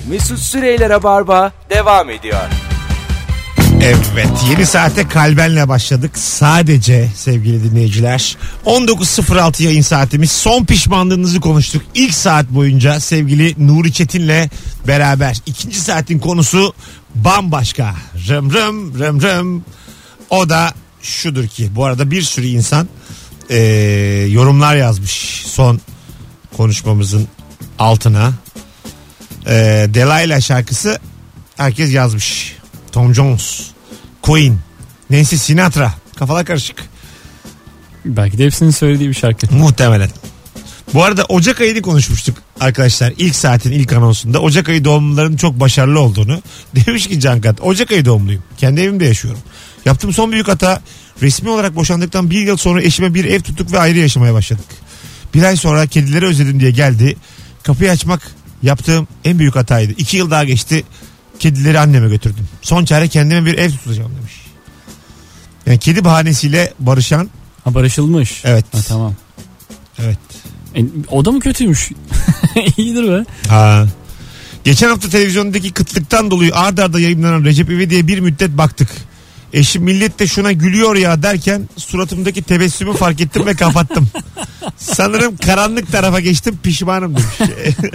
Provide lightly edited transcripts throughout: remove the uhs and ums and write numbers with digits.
Mesut Süreyler'e barba devam ediyor. Evet, yeni saate kalbenle başladık sadece sevgili dinleyiciler. 19.06 yayın saatimiz. Son pişmanlığınızı konuştuk ilk saat boyunca sevgili Nuri Çetin'le beraber. İkinci saatin konusu bambaşka. Rım rım rım rım. O da şudur ki, bu arada bir sürü insan yorumlar yazmış son konuşmamızın altına. Delilah şarkısı herkes yazmış. Tom Jones, Queen, Nancy Sinatra. Kafalar karışık. Belki de hepsinin söylediği bir şarkı. Muhtemelen. Bu arada Ocak ayını konuşmuştuk arkadaşlar. İlk saatin ilk anonsunda Ocak ayı doğumluların çok başarılı olduğunu. Demiş ki Cankat, Ocak ayı doğumluyum. Kendi evimde yaşıyorum. Yaptığım son büyük hata, resmi olarak boşandıktan bir yıl sonra eşime bir ev tuttuk ve ayrı yaşamaya başladık. Bir ay sonra kedileri özledim diye geldi. Kapıyı açmak yaptığım en büyük hataydı. 2 yıl daha geçti. Kedileri anneme götürdüm. Son çare kendime bir ev tutacağım demiş. Yani kedi bahanesiyle barışan. Ha, barışılmış. Evet. Ha, tamam. Evet. O da mı kötüymüş? İyidir be. Ha. Geçen hafta televizyondaki kıtlıktan dolayı ard arda yayınlanan Recep İvedik'e bir müddet baktık. Eşim millet de şuna gülüyor ya derken suratımdaki tebessümü fark ettim ve kapattım. Sanırım karanlık tarafa geçtim, pişmanım demiş.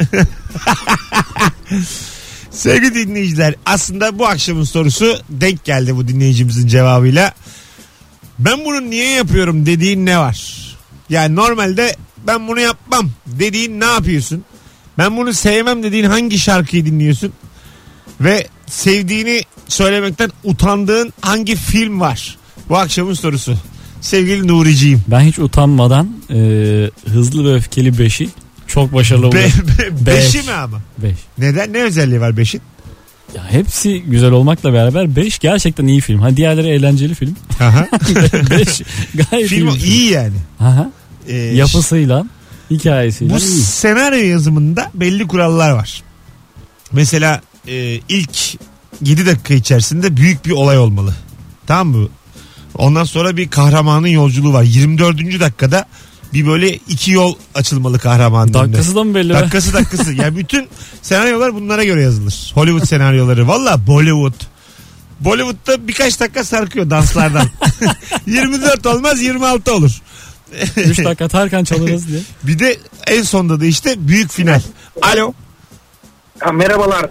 Sevgili dinleyiciler, aslında bu akşamın sorusu denk geldi bu dinleyicimizin cevabıyla. Ben bunu niye yapıyorum dediğin ne var? Yani normalde ben bunu yapmam dediğin ne yapıyorsun? Ben bunu sevmem dediğin hangi şarkıyı dinliyorsun? Ve sevdiğini söylemekten utandığın hangi film var? Bu akşamın sorusu. Sevgili Nuriciğim. Ben hiç utanmadan Hızlı ve Öfkeli 5'i çok başarılı oluyor. 5'i mi ama? 5. Neden? Ne özelliği var 5'in? Ya hepsi güzel olmakla beraber 5 gerçekten iyi film. Ha, diğerleri eğlenceli film. 5 gayet film iyi. İyi yani. Aha. Yapısıyla, hikayesiyle. Bu iyi. senaryo yazımında belli kurallar var. Mesela ilk 7 dakika içerisinde büyük bir olay olmalı. Tamam mı? Ondan sonra bir kahramanın yolculuğu var. 24. dakikada bir böyle 2 yol açılmalı kahramanın. Dakikası da mı belli? Dakikası. Yani bütün senaryolar bunlara göre yazılır. Hollywood senaryoları. Valla Bollywood'da birkaç dakika sarkıyor danslardan. 24 olmaz, 26 olur. 3 dakika Tarkan çalarız diye. Bir de en sonda da işte büyük final. Alo. Merhabalar.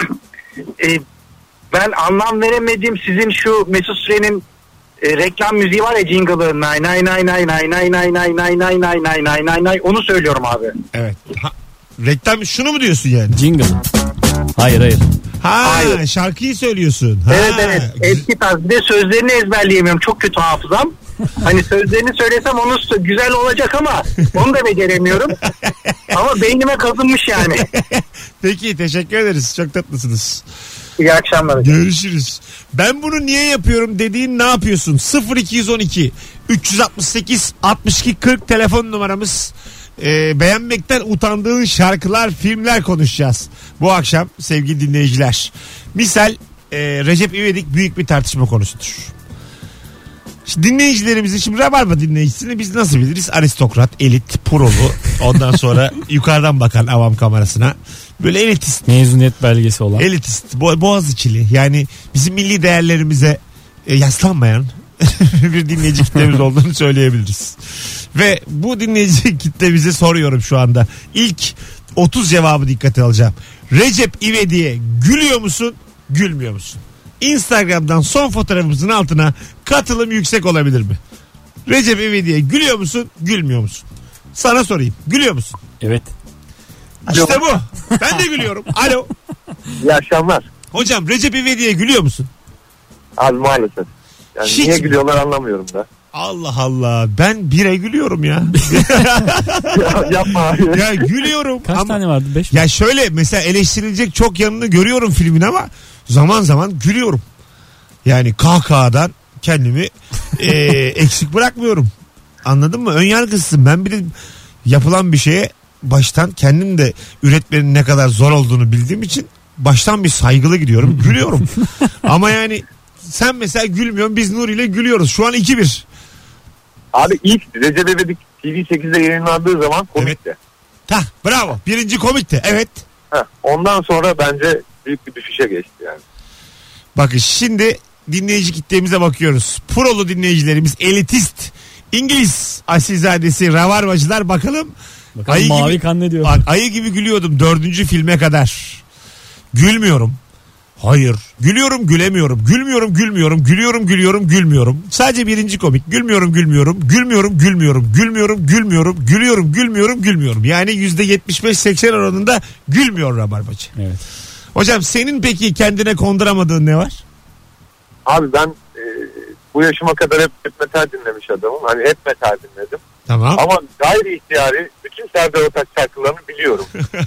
Ben anlam veremediğim sizin şu Mesut Süren'in reklam müziği var ya, jingle'ı, nay nay nay nay nay nay nay nay nay nay nay nay nay nay nay, onu söylüyorum abi. Evet. Reklam şunu mu diyorsun yani? Jingle. Hayır. Hayır. Şarkıyı söylüyorsun. Evet. Eski tarz. Bir de sözlerini ezberleyemiyorum. Çok kötü hafızam. Hani sözlerini söylesem onu güzel olacak ama onu da beceremiyorum. Ama beynime kazınmış yani. Peki, teşekkür ederiz. Çok tatlısınız. İyi akşamlar. Görüşürüz. Ben bunu niye yapıyorum dediğin ne yapıyorsun? 0212 368 62 40 telefon numaramız. Beğenmekten utandığın şarkılar, filmler konuşacağız bu akşam sevgili dinleyiciler. Misal Recep İvedik büyük bir tartışma konusudur. Şimdi dinleyicilerimizi, şimdi Rabarba dinleyicisini biz nasıl biliriz? Aristokrat, elit, prolu, ondan sonra yukarıdan bakan avam kamerasına böyle elitist. Mezuniyet belgesi olan. Elitist, Boğaziçi'li, yani bizim milli değerlerimize yaslanmayan bir dinleyici kitlemiz olduğunu söyleyebiliriz. Ve bu dinleyici kitlemize soruyorum şu anda. İlk 30 cevabı dikkate alacağım. Recep İvedik'e gülüyor musun, gülmüyor musun? Instagram'dan son fotoğrafımızın altına katılım yüksek olabilir mi? Recep İvedik'e gülüyor musun, gülmüyor musun? Sana sorayım. Gülüyor musun? Evet. İşte bu. Ben de gülüyorum. Alo. İyi akşamlar. Hocam, Recep İvedik'e gülüyor musun? Abi maalesef. Yani Hiç niye mi? gülüyorlar anlamıyorum da. Allah Allah. Ben bire gülüyorum ya. Yapma abi. Ya gülüyorum. Kaç tane vardı? 5 mi? Ya şöyle, mesela eleştirilecek çok yanını görüyorum filmin ama zaman zaman gülüyorum. Yani kahkahadan kendimi eksik bırakmıyorum. Anladın mı? Önyargısızım. Ben bir de yapılan bir şeye baştan kendim de üretmenin ne kadar zor olduğunu bildiğim için baştan bir saygılı gidiyorum. Gülüyorum. Ama yani sen mesela gülmüyorsun, biz Nuri ile gülüyoruz. Şu an 2-1. Abi ilk Recep İvedik TV8'de yayınlandığı zaman komikti. Bravo. Birinci komikti. Evet. Ondan sonra bence büyük bir düşüşe geçti yani. Bakın şimdi dinleyici kitlemize bakıyoruz. Prolu dinleyicilerimiz, elitist İngiliz asilzadesi Rabarbacılar, bakalım mavi kan ne diyor? Ayı gibi gülüyordum 4. filme kadar. Gülmüyorum. Hayır. Gülüyorum, gülemiyorum. Gülmüyorum, gülmüyorum. Gülüyorum, gülüyorum, gülmüyorum. Sadece 1. komik. Gülmüyorum, gülmüyorum. Gülmüyorum, gülmüyorum. Gülmüyorum, gülmüyorum. Gülüyorum, gülmüyorum, gülmüyorum. Yani %75-80 oranında gülmüyor Rabarbacı. Evet. Hocam senin peki kendine konduramadığın ne var? Abi ben bu yaşıma kadar hep metal dinlemiş adamım. Hani hep metal dinledim. Tamam. Ama gayri ihtiyari bütün Serdar Ortaç şarkılarını biliyorum.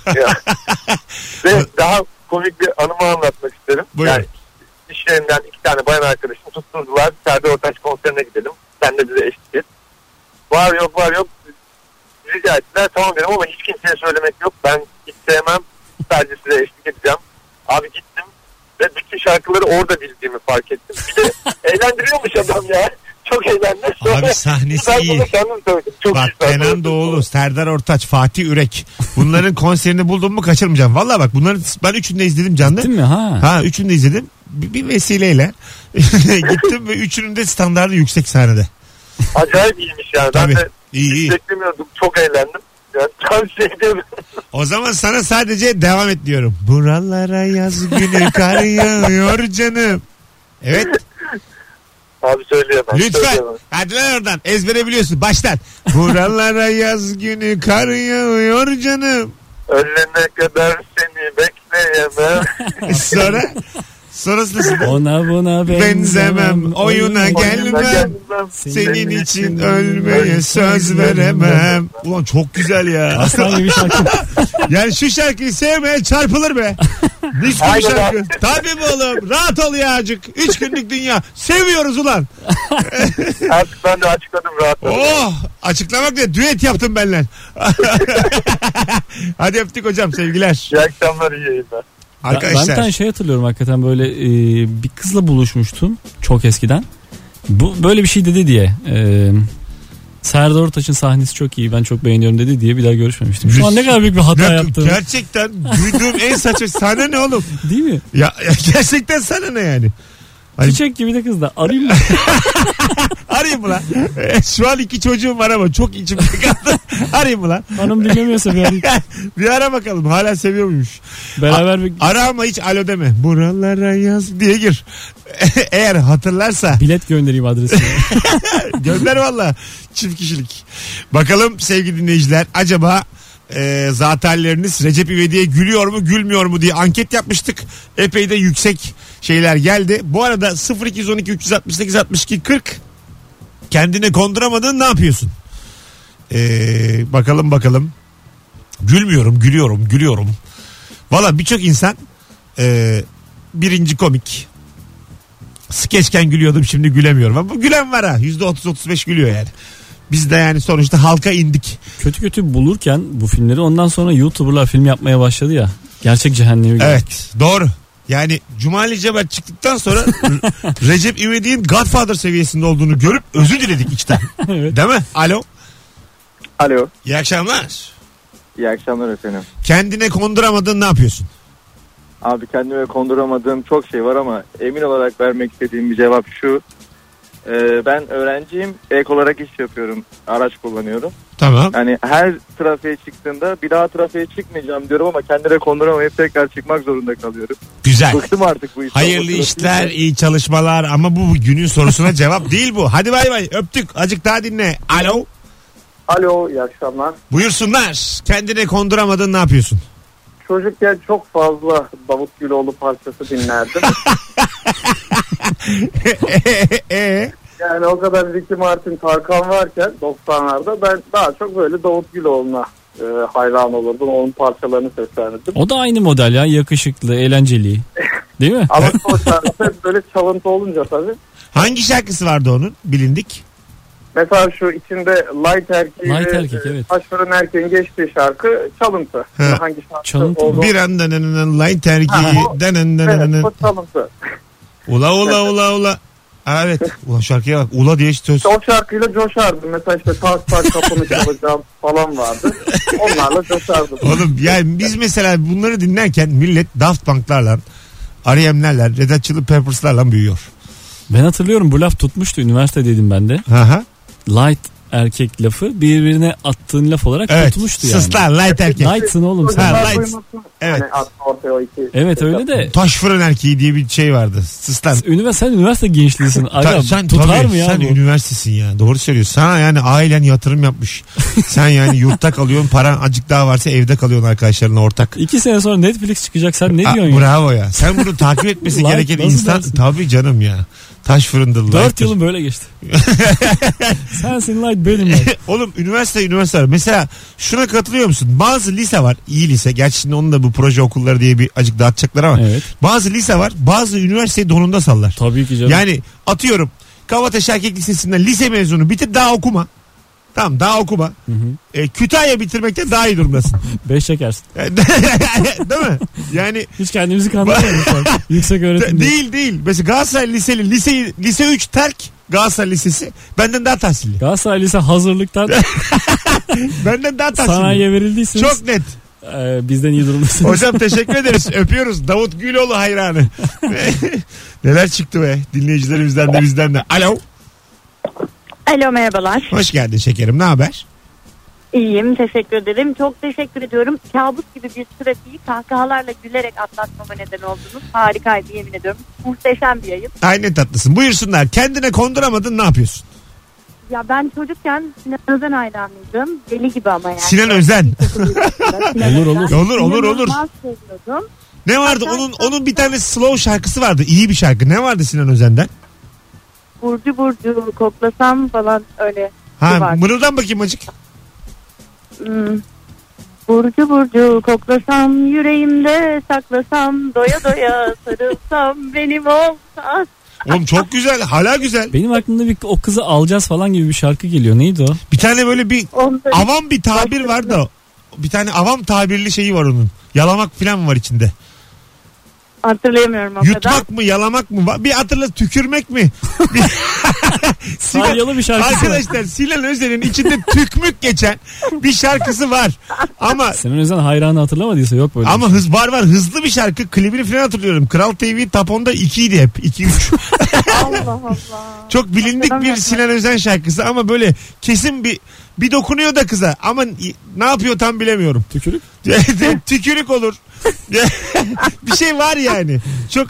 Ve daha komik bir anımı anlatmak isterim. Buyurun. Yani iş yerinden 2 tane bayan arkadaşım tutturdular. Serdar Ortaç konserine gidelim. Sen de bize eşlik et. Var yok. Rica ettiler. Tamam dedim ama hiç kimseye söylemek yok. Ben hiç sevmem. Sadece size eşlik edeceğim. Abi gittim. Ve bütün şarkıları orada bildiğimi fark ettim. Bir de eğlendiriyormuş adam ya. Çok eğlendim. Abi sahnesi iyi. Bak Kenan Doğulu, Serdar Ortaç, Fatih Ürek. Bunların konserini buldum mu kaçırmayacağım. Vallahi bak bunların ben 3'ünü de izledim canlı. Gittin mi? Ha 3'ünü de izledim. Bir vesileyle gittim ve 3'ünün de standardı yüksek sahnede. Acayip iyiymiş yani. Tabii. Ben de iyi. beklemiyordum. Çok eğlendim. Yani tavsiye ederim. O zaman sana sadece devam et diyorum. Buralara yaz günü kar yağıyor canım. Evet. Abi söyleyemem. Lütfen. Söyleyemem. Hadi lan oradan. Ezbere biliyorsun. Baştan. Buralara yaz günü kar yağıyor canım. Ölene kadar seni bekleyemem. Sonrası nasıl? Ona buna benzemem. Oyuna gelmem. Senin için ölmeye söz veremem. Ulan çok güzel ya. Aslan gibi şarkı. Yani şu şarkıyı sevmeye çarpılır be. Mis gibi şarkı. Tabii mi oğlum? Rahat ol ya azıcık. 3 günlük dünya. Seviyoruz ulan. Artık ben de açıkladım rahatladım. Oh, açıklamak ne? Düet yaptım benimle. Hadi öptük hocam, sevgiler. İyi akşamlar, iyi yayınlar. Arkadaşlar. Ben bir tane şey hatırlıyorum hakikaten, böyle bir kızla buluşmuştum çok eskiden. Bu böyle bir şey dedi diye. Serdar Ortaç'ın sahnesi çok iyi, ben çok beğeniyorum dedi diye bir daha görüşmemiştim. Şu an ne kadar büyük bir hata yaptım. Gerçekten duyduğum en saçma. Sana ne oğlum? Değil mi? Ya gerçekten sana ne yani? Hani... Çiçek gibi de kız da arayayım mı? Arayayım mı lan? Şu an 2 çocuğum var ama çok içim kaldı. Arayayım mı lan? Hanım dinlemiyorsa bir arayayım. Bir ara bakalım, hala seviyor muymuş? Beraber bir... Ara ama hiç alo deme. Buralara yaz diye gir. Eğer hatırlarsa. Bilet göndereyim adresine. Gönder valla. Çift kişilik. Bakalım sevgili dinleyiciler, acaba zaterleriniz Recep İvedik'e gülüyor mu gülmüyor mu diye anket yapmıştık. Epey de yüksek şeyler geldi. Bu arada 0212 368 62 40 kendine konduramadın, ne yapıyorsun? Bakalım. Gülmüyorum, gülüyorum. Valla birçok insan 1. komik. Skeçken gülüyordum, şimdi gülemiyorum. Ama gülen var ha. %30-35 gülüyor yani. Biz de yani sonuçta halka indik. Kötü bulurken bu filmleri, ondan sonra YouTuber'lar film yapmaya başladı ya. Gerçek cehennemi. Evet, doğru. Yani Cumali Ceber çıktıktan sonra Recep İvedik'in Godfather seviyesinde olduğunu görüp özür diledik içten. Evet. Değil mi? Alo. Alo. İyi akşamlar. İyi akşamlar efendim. Kendine konduramadın, ne yapıyorsun? Abi kendime konduramadığım çok şey var ama emin olarak vermek istediğim bir cevap şu. Ben öğrenciyim. Ek olarak iş yapıyorum. Araç kullanıyorum. Tamam. Yani her trafiğe çıktığımda bir daha trafiğe çıkmayacağım diyorum ama kendine konduramayıp tekrar çıkmak zorunda kalıyorum. Güzel. Bıktım artık bu işten. Hayırlı işler, iyi çalışmalar ama bu günün sorusuna cevap değil bu. Hadi bay bay, öptük. Azıcık daha dinle. Alo. Alo, iyi akşamlar. Buyursunlar. Kendine konduramadın, ne yapıyorsun? Çocukken çok fazla Davut Güloğlu parçası dinlerdim. Yani o kadar Ricky Martin, Tarkan varken 90'larda ben daha çok böyle Davut Güloğlu'na hayran olurdum. Onun parçalarını seslendirdim. O da aynı model ya, yakışıklı, eğlenceli. Değil mi? Ama o şarkı böyle çalıntı olunca tabii. Hangi şarkısı vardı onun bilindik? Mesela şu içinde Light Erkeği evet. Taşfırın Erkeğin geçtiği şarkı çalıntı. Hangi şarkı çalıntı olduğunu... Bir anda line tergiyi evet, o çalıntı. Ula. Evet. Ulan şarkıya bak. Ula diye söz. O şarkıyla coşardım. Mesela işte tak tak kapını çalacağım falan vardı. Onlarla coşardım. Oğlum yani biz mesela bunları dinlerken millet Daft Punk'larla, R.E.M'lerle, Red Hot Chili Peppers'larla büyüyor. Ben hatırlıyorum bu laf tutmuştu. Üniversitedeydim ben de. Aha. Light erkek lafı birbirine attığın laf olarak Evet. tutmuştu yani. Sıslar, light erkek. Lights'ın oğlum sen. Ha, Çocuklar lights. duymasın. Evet. Hani aslında ortaya o iki. Evet öyle de. Taş fırın erkeği diye bir şey vardı. Sıslar. Sen üniversite gençliğisin. Aga, Sen tutar tabii, mı ya sen bu? üniversitesin ya. Doğru söylüyorsun. Sana yani ailen yatırım yapmış. Sen yani yurtta kalıyorsun. Paran azıcık daha varsa evde kalıyorsun arkadaşlarınla ortak. 2 sene sonra Netflix çıkacak. Sen ne diyorsun ya? Bravo ya. Sen bunu takip etmesi Light gereken nasıl insan. dersin? Tabii canım ya. Taş fırındalı. 4 yılım böyle geçti. Sensin Light benim Light. Oğlum üniversite var. Mesela şuna katılıyor musun? Bazı lise var. İyi lise. Gerçi şimdi onun da bu proje okulları diye bir acık dağıtacaklar ama. Evet. Bazı lise var. Bazı üniversiteyi donunda sallar. Tabii ki canım. Yani atıyorum Kavataş Erkek Lisesi'nden lise mezunu bitir daha okuma. Tamam daha okuma. Kütahya bitirmekte daha iyi durumdasın. 5 çekersin. Değil mi? Yani Hiç kendimizi kandırmıyoruz. Yüksek öğretim. değil. Mesela Galatasaray Liseli lise 3 terk Galatasaray Lisesi benden daha tahsilli. Galatasaray Lise hazırlıktan Benden daha tahsilli. sanayiye verildiyseniz Çok net. bizden iyi durumdasınız. Hocam teşekkür ederiz. Öpüyoruz. Davut Güloğlu hayranı. Neler çıktı be dinleyicilerimizden de bizden de. Alo. Alo merhabalar. Hoş geldin şekerim. Ne haber? İyiyim teşekkür ederim. Çok teşekkür ediyorum. Kabus gibi bir trafiği kahkahalarla gülerek atlatmama neden oldunuz. Harikaydı yemin ediyorum. Muhteşem bir yayın. Aynen tatlısın. Buyursunlar. Kendine konduramadın ne yapıyorsun? Ya ben çocukken Sinan Özen hayranıydım. Deli gibi ama yani. Sinan Özen. Olur. İnanılmaz seviyordum. Ne vardı? Hatta- Onun bir tane slow şarkısı vardı. İyi bir şarkı. Ne vardı Sinan Özen'den? Burcu burcu koklasam falan öyle. Ha, vardı. mırıldan bakayım acık. Burcu burcu koklasam yüreğimde saklasam doya doya sarılsam benim olsan. Oğlum çok güzel. Hala güzel. Benim aklımda bir o kızı alacağız falan gibi bir şarkı geliyor. Neydi o? Bir tane böyle bir Ondan avam bir tabir var da bir tane avam tabirli şeyi var onun. Yalamak falan var içinde. hatırlayamıyorum o kadar. Yutmak mı yalamak mı? Bir hatırla tükürmek mi? Salyalı bir şarkısı var. Arkadaşlar Sinan Özen'in içinde tükmük geçen bir şarkısı var. Ama Sinan Özen hayranı hatırlamadıysa yok böyle. ama bir şey. var hızlı bir şarkı. Klibini falan hatırlıyorum. Kral TV Top 10'da 2'ydi hep. 2-3. Allah Allah. Çok bilindik bir Sinan Özen şarkısı ama böyle kesin bir dokunuyor da kıza ama ne yapıyor tam bilemiyorum. Tükürük. Tükürük olur. Bir şey var yani. Çok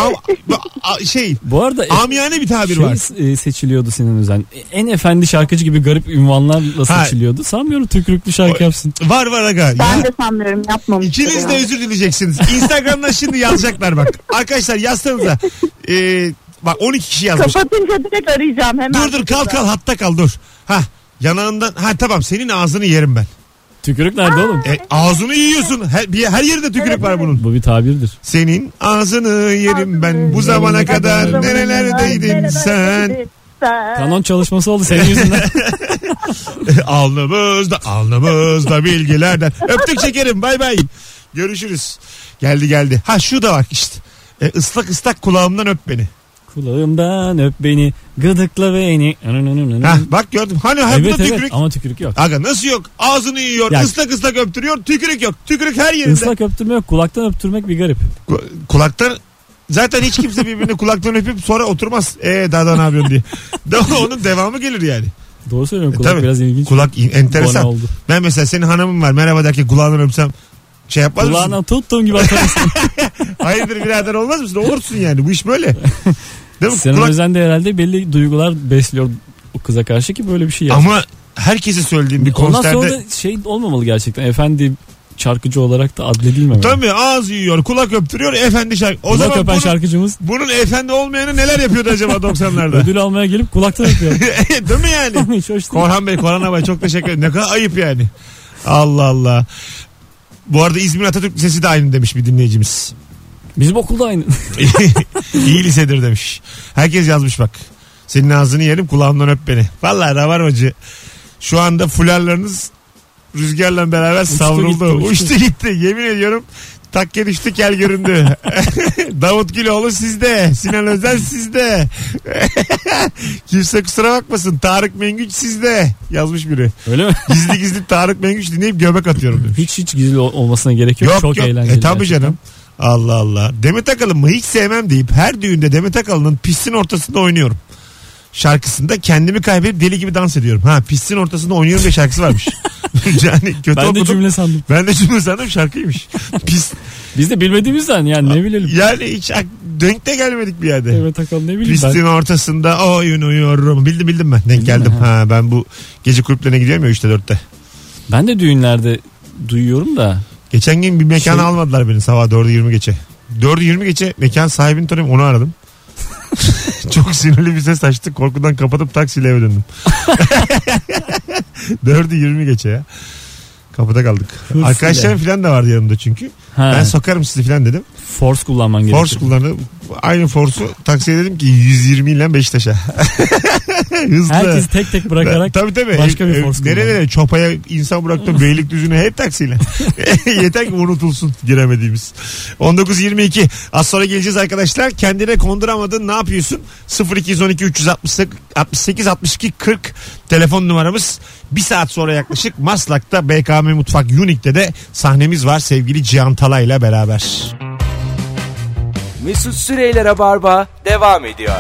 Bu arada amiyane bir tabir var. Seçiliyordu Sinan Özen. En efendi şarkıcı gibi garip ünvanlarla seçiliyordu. Sanmıyorum tükürüklü şarkı yapsın. Var aga. Ben Ya, de sanmıyorum yapmamıştır. İkiniz de özür dileyeceksiniz. Instagram'dan şimdi yazacaklar bak. Arkadaşlar yazsanıza. Bak 12 kişi yazmış. Kapatınca direkt arayacağım hemen. Dur kal hatta kal dur. Yanağından tamam senin ağzını yerim ben. Tükürük nerede oğlum? Ağzını yiyorsun. Her yerde tükürük var bunun. Bu bir tabirdir. Senin ağzını yerim ben bu zamana kadar nerelerdeydin sen. Kanon çalışması oldu senin yüzünden. alnımızda bilgilerden. Öptük şekerim bay bay. Görüşürüz. Geldi. Şu da bak işte. Islak kulağımdan öp beni. Kulağımdan öp beni, gıdıkla beni. Bak gördüm. Hani Evet bu da tükürük. ama tükürük yok. Aga nasıl yok? Ağzını yiyor. Ya, ıslak öptürüyor. Tükürük yok. Tükürük her yerinde. Islak öptürme yok. Kulaktan öptürmek bir garip. Kulaktan zaten hiç kimse birbirini kulaktan öpüp sonra oturmaz. Daha ne yapıyorsun diye. Onun devamı gelir yani. Doğru söylüyorum. Kulak Tabii. biraz ilginç. Kulak enteresan. Oldu. Ben mesela senin hanımın var. Merhaba derken kulağından öpsem şey yapmaz mısın? Kulağından tuttuğum gibi atarsın. Hayırdır birader olmaz mısın? Olursun yani. Bu iş böyle. Değil mi? Sinan Özen de herhalde belli duygular besliyor o kıza karşı ki böyle bir şey yapsın. Ama herkese söylediğim bir Ondan konserde. sonra da şey olmamalı gerçekten. Efendi şarkıcı olarak da adledilmemeli. Tabii ağız yiyor, kulak öptürüyor, efendi şarkı. O Kulak zaman öpen şarkıcımız bunun efendi olmayanı neler yapıyordu acaba 90'larda? ödül almaya gelip kulaktan öpüyor. Değil mi yani? Hiç hoş değil. Korhan Bey, Korhan Abay çok teşekkür ederim. Ne kadar ayıp yani. Allah Allah. Bu arada İzmir Atatürk Lisesi de aynı demiş bir dinleyicimiz. Bizim okulda aynı. İyi lisedir demiş. Herkes yazmış bak. Senin ağzını yerim kulağımdan öp beni. Vallahi Rabarbacı şu anda fularlarınız rüzgarla beraber savruldu. Uçtu gitti. Yemin ediyorum Takke düştü kel göründü. Davut Güloğlu sizde. Sinan Özen sizde. Kimse kusura bakmasın. Tarık Mengüç sizde. Yazmış biri. Öyle mi? Gizli gizli Tarık Mengüç dinleyip göbek atıyorum demiş. Hiç gizli olmasına gerek yok. Çok eğlenceli. Tabii gerçekten. canım. Allah Allah. Demet Akalın mı hiç sevmem deyip her düğünde Demet Akalın'ın pistin ortasında oynuyorum şarkısında kendimi kaybedip deli gibi dans ediyorum. Ha, pistin ortasında oynuyorum diye şarkısı varmış. Yani kötü Ben okudum. de cümle sandım. Ben de cümle sandım, şarkıymış. Pis. Biz de bilmediğimizden yani ne bilelim. Yani hiç denk de gelmedik bir yerde. Evet Akalın ne bileyim Pistin ben. ortasında oynuyorum. Bildim ben. Denk Bildin geldim. mi? Ha, ben bu gece kulüplerine gidiyorum ya 3'te 4'te. Ben de düğünlerde duyuyorum da. Geçen gün bir mekana almadılar beni sabah 4'ü 20 geçe. 4'ü 20 geçe mekan sahibini tanıyorum, onu aradım. Çok sinirli bir ses açtı. Korkudan kapatıp taksiyle eve döndüm. 4'ü 20 geçe ya. Kapıda kaldık. Hırsıyla. Arkadaşlarım falan da vardı yanımda çünkü. Ha. Ben sokarım sizi falan dedim. Force kullanman gerekiyor. Force kullandım. Aynı Force'u taksiye dedim ki 120 ile Beşiktaş'a. Hızlı. Herkes tek tek bırakarak tabii. başka bir Force kullanıyor. Nerelere çopaya insan bıraktım Beylikdüzü'ne hep taksiyle. Yeter ki unutulsun giremediğimiz. 19.22 az sonra geleceğiz arkadaşlar. Kendine konduramadın ne yapıyorsun? 0212 368 62 40 telefon numaramız. Bir saat sonra yaklaşık Maslak'ta BKM Mutfak Unique'de de sahnemiz var sevgili Cihan Talay'la beraber. Mesut Süreyler'e barba devam ediyor.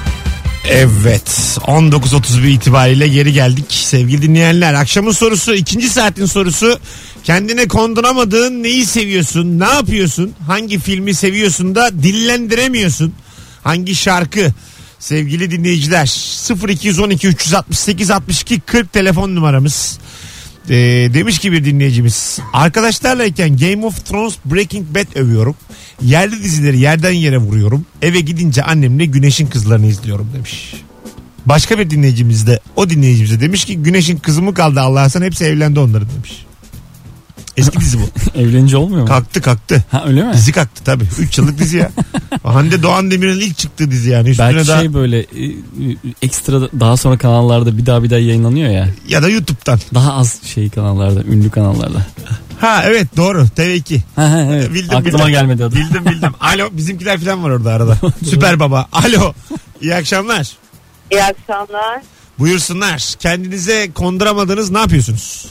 Evet, 19.31 itibariyle geri geldik sevgili dinleyenler. Akşamın sorusu, ikinci saatin sorusu: kendine konduramadığın neyi seviyorsun, ne yapıyorsun, hangi filmi seviyorsun da dillendiremiyorsun, hangi şarkı? Sevgili dinleyiciler, 0212 368 62 40 telefon numaramız. Demiş ki bir dinleyicimiz, arkadaşlarlayken Game of Thrones, Breaking Bad övüyorum. Yerli dizileri yerden yere vuruyorum. Eve gidince annemle Güneş'in Kızlarını izliyorum demiş. Başka bir dinleyicimiz de o dinleyicimize demiş ki Güneş'in kızı mı kaldı Allah'a sen, hepsi evlendi onların demiş. Eski dizi bu. Evlenince olmuyor mu? Kalktı. Ha öyle mi? Dizi kalktı tabii. 3 yıllık dizi ya. Hande Doğan Demir'in ilk çıktığı dizi yani. Üstüne belki daha... şey böyle ekstra daha sonra kanallarda bir daha yayınlanıyor ya. Ya da YouTube'dan. Daha az şey kanallarda, ünlü kanallarda. Ha evet doğru. TV2. Ha, evet. Bildim, Aklıma gelmedi adı. Bildim. Alo, bizimkiler falan var orada arada. Süper Baba. Alo. İyi akşamlar. İyi akşamlar. Buyursunlar. Kendinize konduramadınız, ne yapıyorsunuz?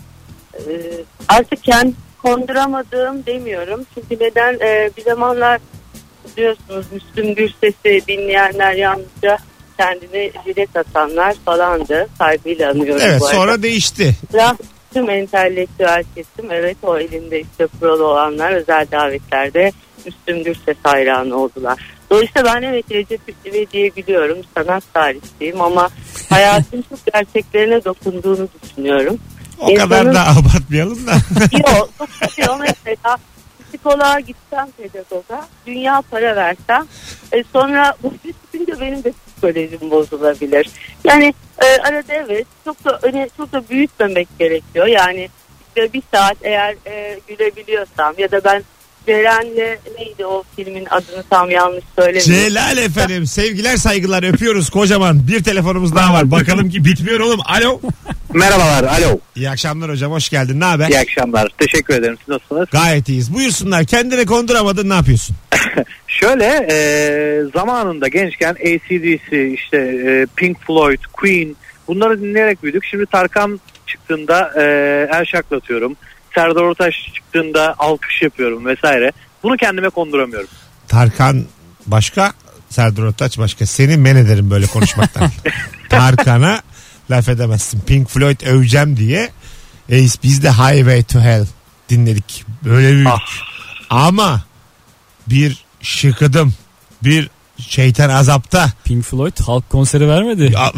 Artık kendi konduramadığım demiyorum. Çünkü neden? Bir zamanlar biliyorsunuz Müslüm Gürses'i dinleyenler yalnızca kendini jilet atanlar falandı. Saygıyla anıyorum Evet, bu arada. sonra değişti. Tüm entelektüel kesim, evet, o elinde işte prolu olanlar özel davetlerde Müslüm Gürses hayranı oldular. Dolayısıyla ben evet Recep İvedik'i biliyorum, sanat tarihçiyim ama hayatın çok gerçeklerine dokunduğunu düşünüyorum. O kadar da abartmayalım da. Yok, çok şükür mesela psikoloğa gitsem, pedagoga, dünya para versem, sonra bu düşünce benim de psikolojim bozulabilir. Yani arada evet çok da büyütmemek gerekiyor. Yani işte bir saat eğer gülebiliyorsam ya da ben Ceren'le neydi o filmin adını tam yanlış söylemiyorum. Celal efendim, sevgiler saygılar, öpüyoruz kocaman. Bir telefonumuz daha var, bakalım ki bitmiyor oğlum. Alo. Merhabalar, alo. İyi akşamlar hocam, hoş geldin, ne haber? İyi akşamlar, teşekkür ederim. Siz nasılsınız? Gayet iyiyiz. Buyursunlar, kendine konduramadın, ne yapıyorsun? Şöyle zamanında gençken AC/DC, işte Pink Floyd, Queen, bunları dinleyerek büyüdük. Şimdi Tarkan çıktığında el şaklatıyorum. Serdar Ortaç çıktığında alkış yapıyorum vesaire. Bunu kendime konduramıyorum. Tarkan başka, Serdar Ortaç başka. Seni men ederim böyle konuşmaktan. Tarkan'a laf edemezsin. Pink Floyd öveceğim diye biz de Highway to Hell dinledik. Böyle büyük. Ama bir şıkıdım, bir şeytan azapta. Pink Floyd halk konseri vermedi. Ya,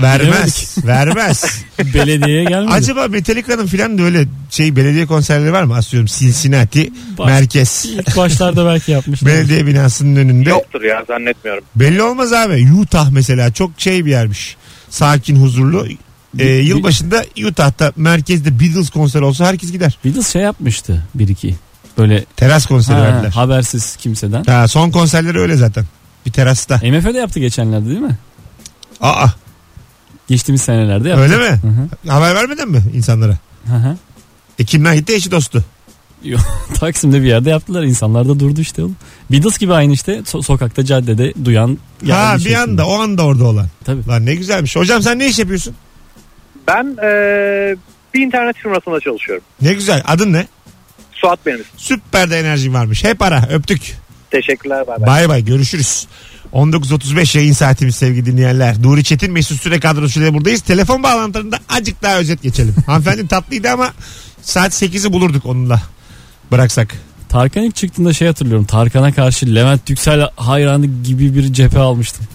vermez. Belediyeye gelmedi. Acaba Metallica'nın filan da öyle belediye konserleri var mı? Asıyorum Cincinnati merkez. İlk başlarda belki yapmışlar. Belediye binasının önünde. Yoktur ya, zannetmiyorum. Belli olmaz abi. Utah mesela çok bir yermiş. Sakin, huzurlu. Yılbaşında Utah'ta merkezde Beatles konseri olsa herkes gider. Beatles yapmıştı 1-2. Böyle teras konseri verdiler. Habersiz kimseden. Son konserleri öyle zaten. Bir terasta. MF'de yaptı geçenlerde değil mi? Aa. Geçtiğimiz senelerde yaptı. Öyle mi? Hı-hı. Haber vermedin mi insanlara? Hı. Kimden gitti? Eşi dostu. Yok, Taksim'de bir yerde yaptılar. İnsanlar da durdu işte oğlum. Beatles gibi aynı işte sokakta, caddede duyan. Ha bir anda, o anda orada olan. Tabii. Lan ne güzelmiş. Hocam sen ne iş yapıyorsun? Ben bir internet firmasında çalışıyorum. Ne güzel. Adın ne? Suat benim. Süper de enerjin varmış. Hep ara. Öptük. Teşekkürler. Bay bay. Bay bay. Görüşürüz. 19.35 yayın saatimiz sevgili dinleyenler. Nuri Çetin, Mesut Süre kadrosuyla buradayız. Telefon bağlantılarında azıcık daha özet geçelim. Hanımefendi tatlıydı ama saat 8'i bulurduk onunla bıraksak. Tarkan ilk çıktığında hatırlıyorum. Tarkan'a karşı Levent Yüksel hayranı gibi bir cephe almıştım.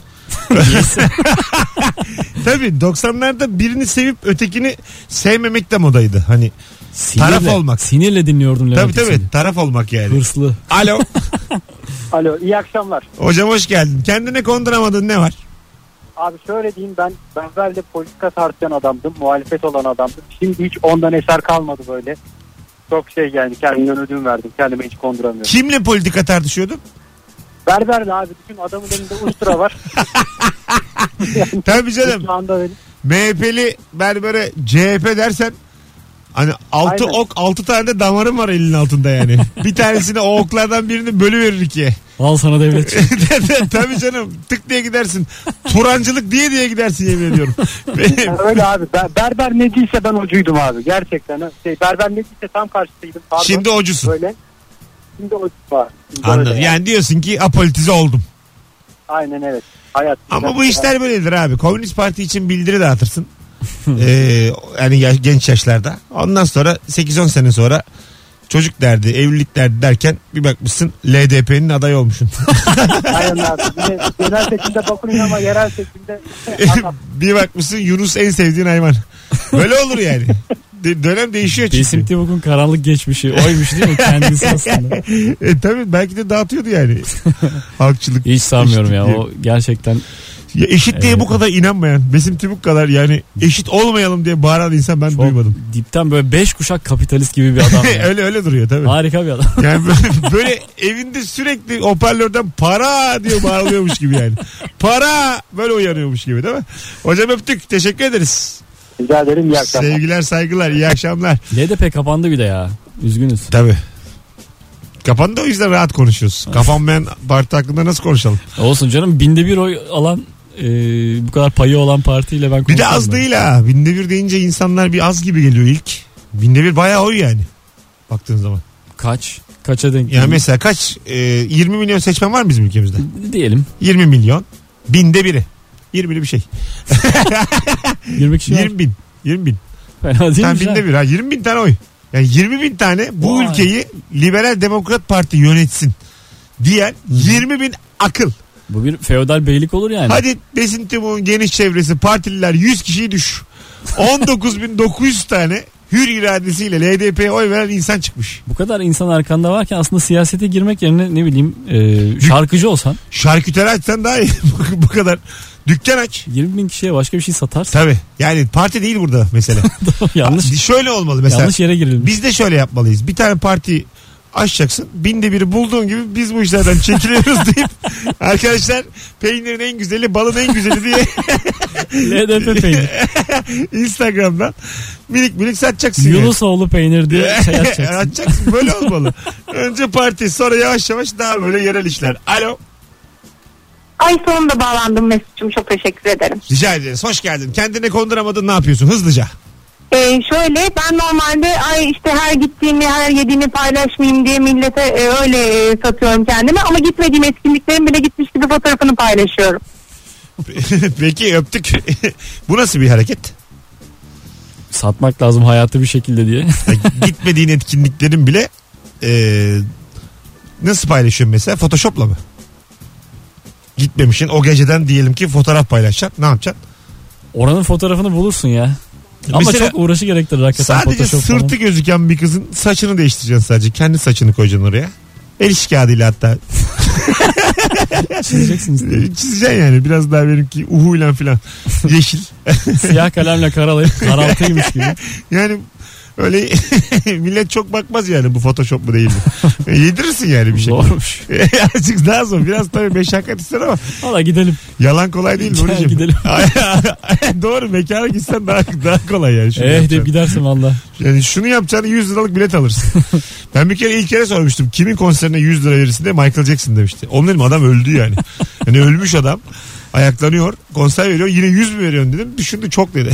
Tabii 90'larda birini sevip ötekini sevmemek de modaydı. Hani taraf olmak. Sinirle dinliyordum Levent Tabii Yüksel'i. taraf olmak yani. Hırslı. Alo. Alo, iyi akşamlar. Hocam hoş geldin. Kendine konduramadığın ne var? Abi şöyle diyeyim, ben evvelde politika tartışan adamdım, muhalefet olan adamdım. Şimdi hiç ondan eser kalmadı böyle. Çok yani kendimden ödün verdim, kendime hiç konduramıyorum. Kimle politika tartışıyordun? Berber'de abi, bütün adamın elinde ustura var. Yani, tabii canım. şu anda öyle. MHP'li berbere CHP dersen hani 6 Aynen. ok 6 tane de damarım var elinin altında yani. Bir tanesini o oklardan birini bölüverir ikiye. Al sana devlet. Tabii canım, tık diye gidersin. Turancılık diye gidersin, yemin ediyorum. Öyle abi, berber ne değilse ben ocuydum abi gerçekten. Berber ne değilse tam karşısıydım. Pardon. Şimdi ocusun. Böyle. Şimdi ocu var. Şimdi Anladım. öyle Yani diyorsun ki apolitize oldum. Aynen, evet. Hayat. Ama bu işler böyledir abi. Komünist Parti için bildiri dağıtırsın. Yani genç yaşlarda. Ondan sonra 8-10 sene sonra çocuk derdi, evlilik derdi derken bir bakmışsın LDP'nin adayı olmuşsun. Aynen abi. Yine genel seçimde bakın ama yerel seçimde bir bakmışsın Yunus en sevdiğin hayvan. Böyle olur yani. Dönem değişiyor çünkü. Besim Tibuk'un karanlık geçmişi oymuş değil mi kendisi aslında? Tabii belki de dağıtıyordu yani. Halkçılık. Hiç sanmıyorum ya, diye. o gerçekten. Ya eşit diye bu kadar inanmayan, Besim Tibuk kadar yani eşit olmayalım diye bağıran insan ben duymadım. Dipten böyle 5 kuşak kapitalist gibi bir adam. Yani. öyle duruyor tabii. Harika bir adam. Yani böyle evinde sürekli hoparlörden para diye bağırıyormuş gibi yani. Para böyle uyanıyormuş gibi değil mi? Hocam öptük. Teşekkür ederiz. rica ederim, iyi akşamlar. Sevgiler, saygılar, iyi akşamlar. LDP kapandı bir de ya. Üzgünüz. Tabii. Kapandı, o yüzden rahat konuşuyoruz. Kapanmayan parti hakkında nasıl konuşalım? Olsun canım, 1/1000 oy alan bu kadar payı olan partiyle ben Bir de az değil ha. 1/1000 deyince insanlar bir az gibi geliyor ilk. 1/1000 bayağı oy yani. Baktığın zaman. Kaça denk? Yani mesela kaç 20 milyon seçmen var mı bizim ülkemizde? Diyelim. 20 milyon. 1000'de biri. 20'li bir şey. 20 kişi var. 20 bin. 20 bin. Fena değil Sen mi? 1000'de bir ha. 20 bin tane oy. Yani 20 bin tane bu Vay. ülkeyi Liberal Demokrat Parti yönetsin diyen 20 bin akıl. Bu bir feodal beylik olur yani. Hadi Besim Tibuk'un geniş çevresi partililer 100 kişiyi düş. 19.900 tane hür iradesiyle LDP'ye oy veren insan çıkmış. Bu kadar insan arkanda varken aslında siyasete girmek yerine ne bileyim şarkıcı olsan. Şarküteri açsan daha iyi. Bu kadar. Dükkan aç. 20.000 kişiye başka bir şey satarsın. Tabii. Yani parti değil burada mesele. Yanlış. Şöyle olmalı mesela. Yanlış yere girilmiş. Biz de şöyle yapmalıyız. Bir tane parti açacaksın. 1000'de biri bulduğun gibi biz bu işlerden çekiliyoruz deyip arkadaşlar peynirin en güzeli, balın en güzeli diye LDP peynir. Instagram'dan minik satacaksın. Yani. Yunusoğlu peynir diye şey açacaksın. Açacaksın. Böyle olmalı. Önce parti, sonra yavaş yavaş daha böyle yerel işler. Alo. Ay sonunda bağlandım Mesut'cum, çok teşekkür ederim. Rica ederiz. Hoş geldin. Kendine konduramadın, ne yapıyorsun? Hızlıca. Şöyle, ben normalde işte her gittiğimi, her yediğimi paylaşmayayım diye millete öyle satıyorum kendimi. Ama gitmediğim etkinliklerin bile gitmiş gibi fotoğrafını paylaşıyorum. Peki, öptük. Bu nasıl bir hareket? Satmak lazım hayatı bir şekilde diye. Gitmediğin etkinliklerin bile nasıl paylaşıyorsun mesela? Photoshop'la mı? Gitmemişsin o geceden diyelim ki fotoğraf paylaşacaksın. Ne yapacaksın? Oranın fotoğrafını bulursun ya. Ama mesela çok uğraşı gerektirir hakikaten. Sadece Photoshop sırtı falan. gözüken bir kızın saçını değiştireceksin sadece. Kendi saçını koyacaksın oraya. El işi kağıdıyla hatta. Çizeceksiniz. Çizeceksin yani. Biraz daha benimki uhuyla falan. Yeşil. Siyah kalemle karalayıp karaltıymış gibi. Yani Öyle millet çok bakmaz yani bu Photoshop mu değil mi? Yedirirsin yani bir şey. Zormuş. Azıcık daha zor. Biraz tabii meşakkat ister ama. Valla gidelim. Yalan kolay değil Gel Nuri'cim. gidelim. Doğru, mekana gitsen daha kolay yani. Deyip gidersin valla. Yani şunu yapacağını 100 liralık bilet alırsın. Ben bir kere ilk kere sormuştum. Kimin konserine 100 lira verirsin de Michael Jackson demişti. Onun dedim adam öldü yani. Yani ölmüş adam. Ayaklanıyor. Konser veriyor. Yine 100 mü veriyorsun dedim. Düşündü çok dedi.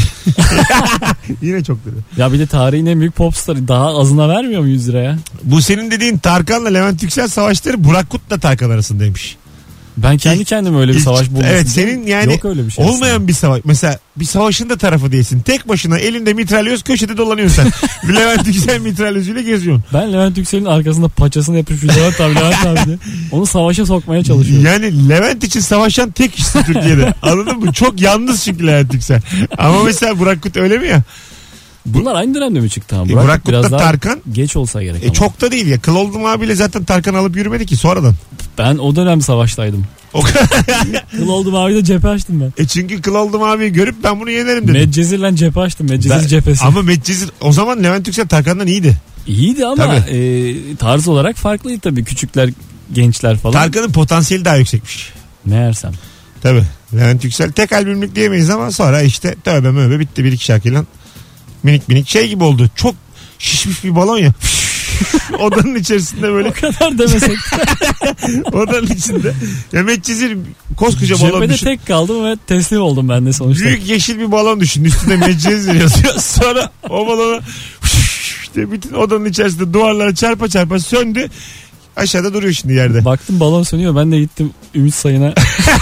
Yine çok dedi. Ya bir de tarihin en büyük popstarı. Daha azına vermiyor mu 100 liraya? Bu senin dediğin Tarkan'la Levent Yüksel savaşları Burak Kut'la Tarkan arasındaymış. Ben kendi kendime öyle bir savaş buldum. Evet senin yani yok öyle bir şey olmayan aslında. bir savaş. Mesela bir savaşın da tarafı değilsin. Tek başına elinde mitralyöz köşede dolanıyorsun sen. Bir Levent Yüksel mitralyözüyle geziyorsun. Ben Levent Yüksel'in arkasında paçasını yapıp Levent abi diye onu savaşa sokmaya çalışıyorum. Yani Levent için savaşan tek kişi Türkiye'de. Anladın mı? Çok yalnız çünkü Levent Yüksel. Ama mesela Burak Kut öyle mi ya? Bunlar aynı dönemde mi çıktı? Ha? Burak biraz Kut'la daha Tarkan. geç olsa gerek ama. Çok da değil ya. Kıl oldum abiyle zaten Tarkan alıp yürümedi ki sonradan. Ben o dönem savaştaydım. Kıl oldum abi de cephe açtım ben. Çünkü kıl oldum abi görüp ben bunu yenerim dedim. Medcezir'le cephe açtım. Medcezir cephesi. Ama Medcezir o zaman Levent Yüksel Tarkan'dan iyiydi. İyiydi ama tarz olarak farklıydı tabii. Küçükler, gençler falan. Tarkan'ın potansiyeli daha yüksekmiş. Meğersem. Tabii. Levent Yüksel tek albümlük diyemeyiz ama sonra işte tövbe möbe bitti bir iki şarkıyla. Minik şey gibi oldu. Çok şişmiş bir balon ya. Odanın içerisinde böyle. O kadar demesek. Odanın içinde. Ya Medcezir koskoca balon Cephede düşün. tek kaldım ve teslim oldum ben de sonuçta. Büyük yeşil bir balon düşün. Üstünde Medcezir yazıyor. Sonra o balonu işte bütün odanın içerisinde duvarlara çarpa çarpa söndü. Aşağıda duruyor şimdi yerde. Baktım balon sönüyor. Ben de gittim Ümit Sayın'a.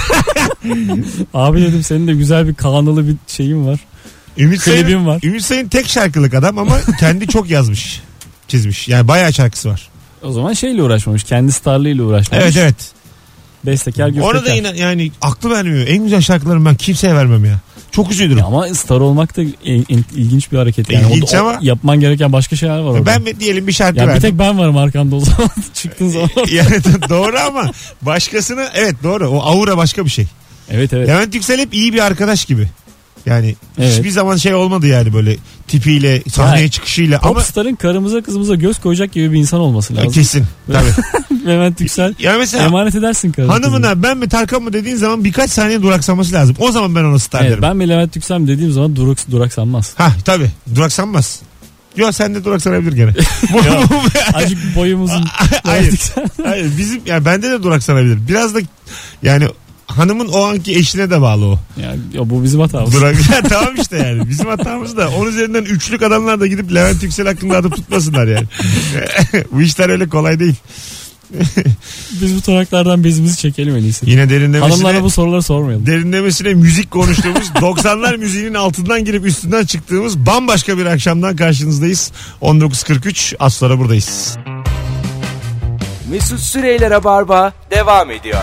Abi dedim senin de güzel bir Kaan'lı bir şeyin var. Klibim var. Ümit Sayın tek şarkılık adam ama kendi çok yazmış. Çizmiş. Yani bayağı şarkısı var. O zaman şeyle uğraşmamış. Kendi starlığıyla uğraşmamış. Evet. Bestekar Gökteker. Orada yine yani aklı vermiyor. En güzel şarkılarımı ben kimseye vermem ya. Çok üzülürüm. Ya ama star olmak da ilginç bir hareket. Yani İlginç ama. Yapman gereken başka şeyler var orada. Ben diyelim bir şarkı ya verdim. Bir tek ben varım arkamda o zaman. Çıktığın zaman. Yani doğru ama başkasını evet doğru. O aura başka bir şey. Evet. Levent Yüksel hep iyi bir arkadaş gibi. Yani evet. Hiçbir zaman şey olmadı yani böyle tipiyle, sahneye çıkışıyla. Popstar'ın karımıza kızımıza göz koyacak gibi bir insan olması lazım. Kesin. Tabii. Levent Yüksel. Ya mesela emanet edersin karımı. Hanımına kızım. Ben mi Tarkan mı dediğin zaman birkaç saniye duraksaması lazım. O zaman ben ona star derim. Ben mi Levent Yüksel mi dediğim zaman duraksanmaz. Tabii duraksanmaz. Yok sen de duraksanabilir gene. Azıcık boyumuzun. Hayır bizim yani bende de duraksanabilir. Biraz da yani hanımın o anki eşine de bağlı o. Ya bu bizim hatamız. Tamam işte yani bizim hatamız da onun üzerinden üçlük adamlar da gidip Levent Yüksel hakkında adım tutmasınlar yani. Bu işler öyle kolay değil. Biz bu taraklardan bezimizi çekelim en iyisi. Yine derinlemesine. Hanımlara bu soruları sormayalım. Derinlemesine müzik konuştuğumuz 90'lar müziğinin altından girip üstünden çıktığımız bambaşka bir akşamdan karşınızdayız. 19.43 az sonra buradayız. Mesut Süreyler'e barba devam ediyor.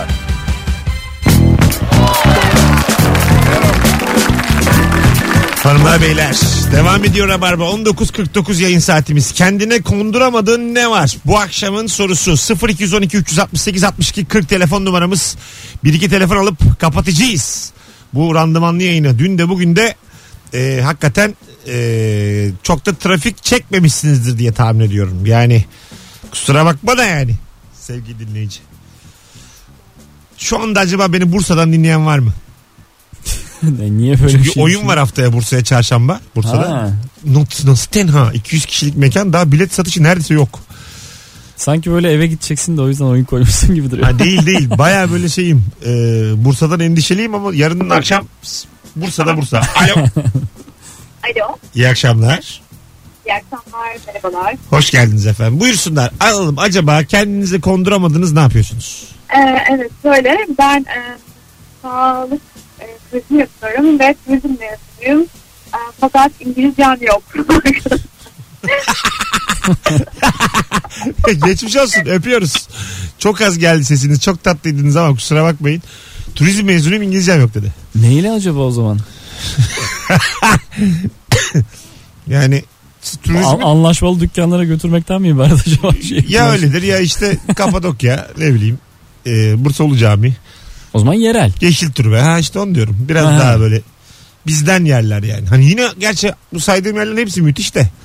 Hanımlar beyler devam ediyor Rabarba 19.49 yayın saatimiz. Kendine konduramadığın ne var? Bu akşamın sorusu 0212 368 62 40 telefon numaramız. Bir iki telefon alıp kapatacağız bu randımanlı yayını. Dün de bugün de hakikaten çok da trafik çekmemişsinizdir diye tahmin ediyorum. Yani kusura bakma da yani sevgili dinleyici. Şu anda acaba beni Bursa'dan dinleyen var mı? Niye böyle çünkü bir şey? oyun var haftaya Bursa'ya çarşamba. Bursa'da. Nasıl tenha 200 kişilik mekan daha bilet satışı neredeyse yok. Sanki böyle eve gideceksin de o yüzden oyun koymuşsun gibi duruyor. Değil. Baya böyle şeyim. Bursa'dan endişeliyim ama yarın akşam Bursa'da Bursa. Alo. Alo. İyi akşamlar. İyi akşamlar. Merhabalar. Hoş geldiniz efendim. Buyursunlar. Alalım. Acaba kendinize konduramadınız ne yapıyorsunuz? Evet böyle ben sağlık turizmi yapıyorum ve turizm mezunuyum. Fakat İngilizcem yok. Geçmiş olsun öpüyoruz. Çok az geldi sesiniz. Çok tatlıydınız ama kusura bakmayın. Turizm mezunuyum İngilizcem yok dedi. Neyle acaba o zaman? Yani anlaşmalı dükkanlara götürmekten mi ibaret acaba? Ya öyledir ya işte Kapadokya ne bileyim Bursa Ulu Cami. O zaman yerel. Yeşil Türbe işte onu diyorum. Biraz daha böyle bizden yerler yani. Hani yine gerçi bu saydığım yerlerin hepsi müthiş de.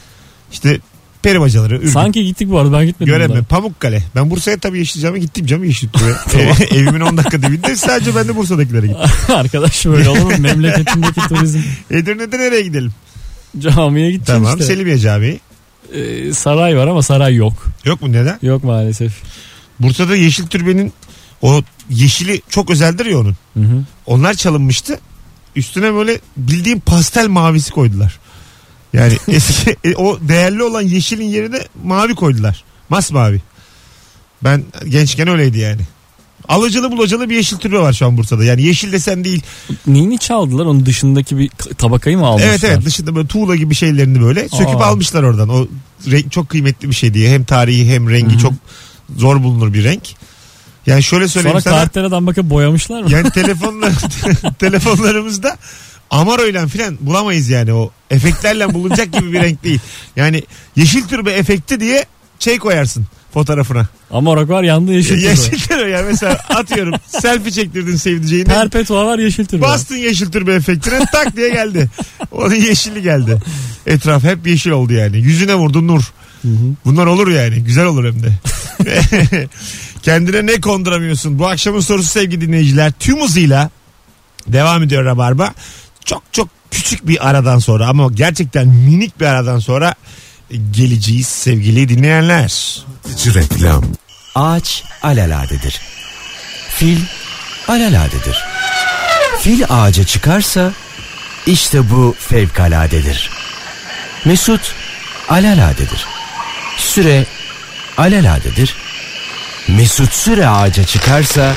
İşte peri bacaları. Ürgüp. Sanki gittik bu arada, ben gitmedim. Göreme. Pamukkale. Ben Bursa'ya tabii Yeşilcam'a gittim canım, Yeşiltur'a. Evimin 10 dakika dibinde, sadece ben de Bursa'dakilere gittim. Arkadaş böyle olur mu? Memleketindeki turizm. Edirne'de nereye gidelim? Camiye gideceğim tamam, işte. Selimiye Camii. Saray var ama saray yok. Yok mu, neden? Yok maalesef. Bursa'da Yeşil Türbe'nin o yeşili çok özeldir ya onun. Hı hı. Onlar çalınmıştı. Üstüne böyle bildiğim pastel mavisi koydular. Yani eski o değerli olan yeşilin yerine mavi koydular. Masmavi. Ben gençken öyleydi yani. Alıcılı bulacalı bir Yeşil Türbe var şu an Bursa'da. Yani yeşil desen değil. Neyini çaldılar? Onun dışındaki bir tabakayı mı almışlar? Evet, dışında böyle tuğla gibi şeylerini böyle söküp almışlar oradan. O renk çok kıymetli bir şey diye. Hem tarihi hem rengi çok zor bulunur bir renk. Yani şöyle söyleyeyim sana. Sonra karteladan bakıp boyamışlar mı? Yani telefonlarımızda Amaro'yla falan bulamayız yani, o efektlerle bulunacak gibi bir renk değil. Yani Yeşil Türbe efekti diye şey koyarsın fotoğrafına. Amaro var, yanında Yeşil Türbe. Yeşil Türbe yani, mesela atıyorum selfie çektirdin sevdiceğine. Perpetua var, Yeşil Türbe. Bastın Yeşil Türbe efektine, tak diye geldi. Onun yeşili geldi. Etraf hep yeşil oldu yani. Yüzüne vurdu nur. Hı hı. Bunlar olur yani. Güzel olur hem de. Kendine ne konduramıyorsun? Bu akşamın sorusu sevgili dinleyiciler. Tüm hızıyla devam ediyor Rabarba. Çok çok küçük bir aradan sonra, ama gerçekten minik bir aradan sonra geleceğiz sevgili dinleyenler. Reklam. Ağaç alaladedir. Fil alaladedir. Fil ağaca çıkarsa işte bu fevkaladedir. Mesut alaladedir. Süre alaladedir. Mesut Süre ağaca çıkarsa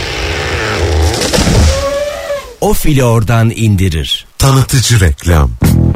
o fili oradan indirir. Tanıtıcı reklam.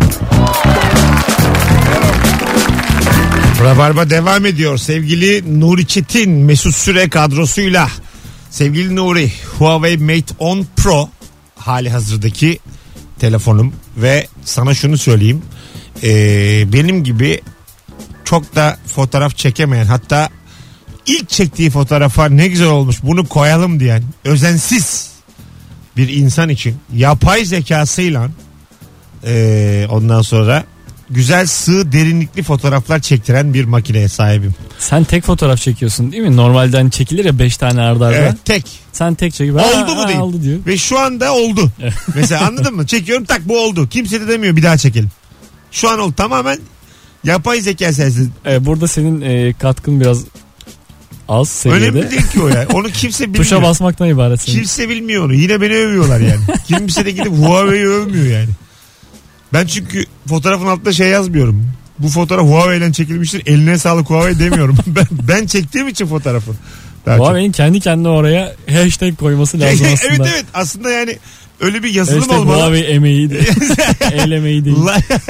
Rabarba devam ediyor. Sevgili Nuri Çetin Mesut Süre kadrosuyla. Sevgili Nuri, Huawei Mate 10 Pro hali hazırdaki telefonum ve sana şunu söyleyeyim. Benim gibi çok da fotoğraf çekemeyen, hatta ilk çektiği fotoğrafa ne güzel olmuş bunu koyalım diyen özensiz bir insan için yapay zekasıyla ondan sonra güzel, sığ, derinlikli fotoğraflar çektiren bir makineye sahibim. Sen tek fotoğraf çekiyorsun değil mi? Normalden çekilir ya 5 tane arda arda. Evet, tek. Sen tek çekiyorsun. Oldu mu değil. Oldu diyor. Ve şu anda oldu. Mesela anladın mı? Çekiyorum, tak, bu oldu. Kimse de demiyor bir daha çekelim. Şu an oldu. Tamamen yapay zeka sayesinde. Burada senin katkın biraz az seviyede. Önemli değil ki o ya. Onu kimse bilmiyor. Tuşa basmaktan ibaret senin. Kimse bilmiyor onu. Yine beni övüyorlar yani. Kimse de gidip Huawei'yi övmüyor yani. Ben çünkü fotoğrafın altında şey yazmıyorum. Bu fotoğraf Huawei'den çekilmiştir. Eline sağlık Huawei demiyorum. ben çektiğim için fotoğrafı. Huawei'nin kendi kendine oraya hashtag koyması lazım aslında. Evet. Aslında yani öyle bir yazılım hashtag olmalı. Huawei emeği değil. El emeği değil.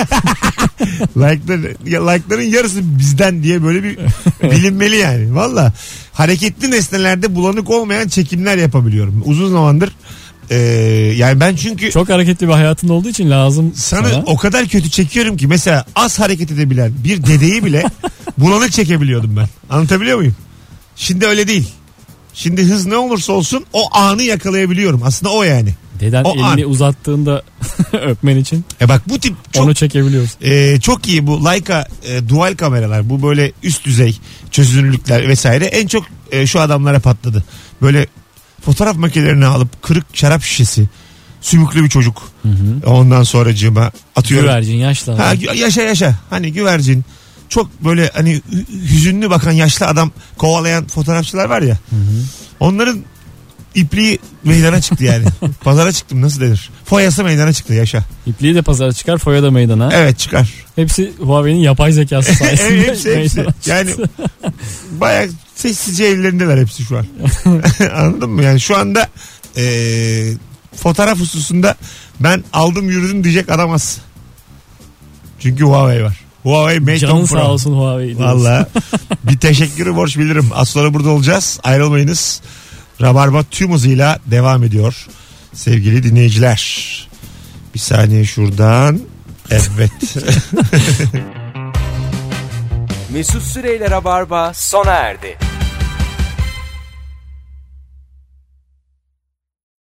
Like'ların yarısı bizden diye böyle bir bilinmeli yani. Valla hareketli nesnelerde bulanık olmayan çekimler yapabiliyorum. Uzun zamandır yani ben çünkü çok hareketli bir hayatın olduğu için lazım sana o kadar kötü çekiyorum ki mesela az hareket edebilen bir dedeyi bile bulanık çekebiliyordum ben. Anlatabiliyor muyum? Şimdi öyle değil. Şimdi hız ne olursa olsun o anı yakalayabiliyorum. Aslında o yani. Deden o elini uzattığında öpmen için. Bak bu tip çok, onu çekebiliyoruz. Çok iyi bu Leica dual kameralar. Bu böyle üst düzey çözünürlükler vesaire en çok şu adamlara patladı. Böyle fotoğraf makinelerini alıp kırık şarap şişesi, sümüklü bir çocuk. Hı. Ondan sonracığıma atıyorum. Güvercin yaşlı adam. Yaşa. Hani güvercin. Çok böyle hani hüzünlü bakan yaşlı adam kovalayan fotoğrafçılar var ya. Hı. Onların ipliği meydana çıktı yani. Pazara çıktım, nasıl denir? Foyası meydana çıktı, yaşa. İpliği de pazara çıkar, foya da meydana. Evet, çıkar. Hepsi Huawei'nin yapay zekası sayesinde. hepsi. Yani bayağı sessizce evlerindeler hepsi şu an. Anladın mı? Yani şu anda fotoğraf hususunda ben aldım yürüdüm diyecek adam az. Çünkü Huawei var. Huawei Mate 10 Pro. Canın sağ olsun Huawei. Valla bir teşekkürü borç bilirim. Az sonra burada olacağız. Ayrılmayınız. Rabarba tüm hızıyla devam ediyor. Sevgili dinleyiciler. Bir saniye şuradan. Evet. Mesut Süreyle Rabarba sona erdi.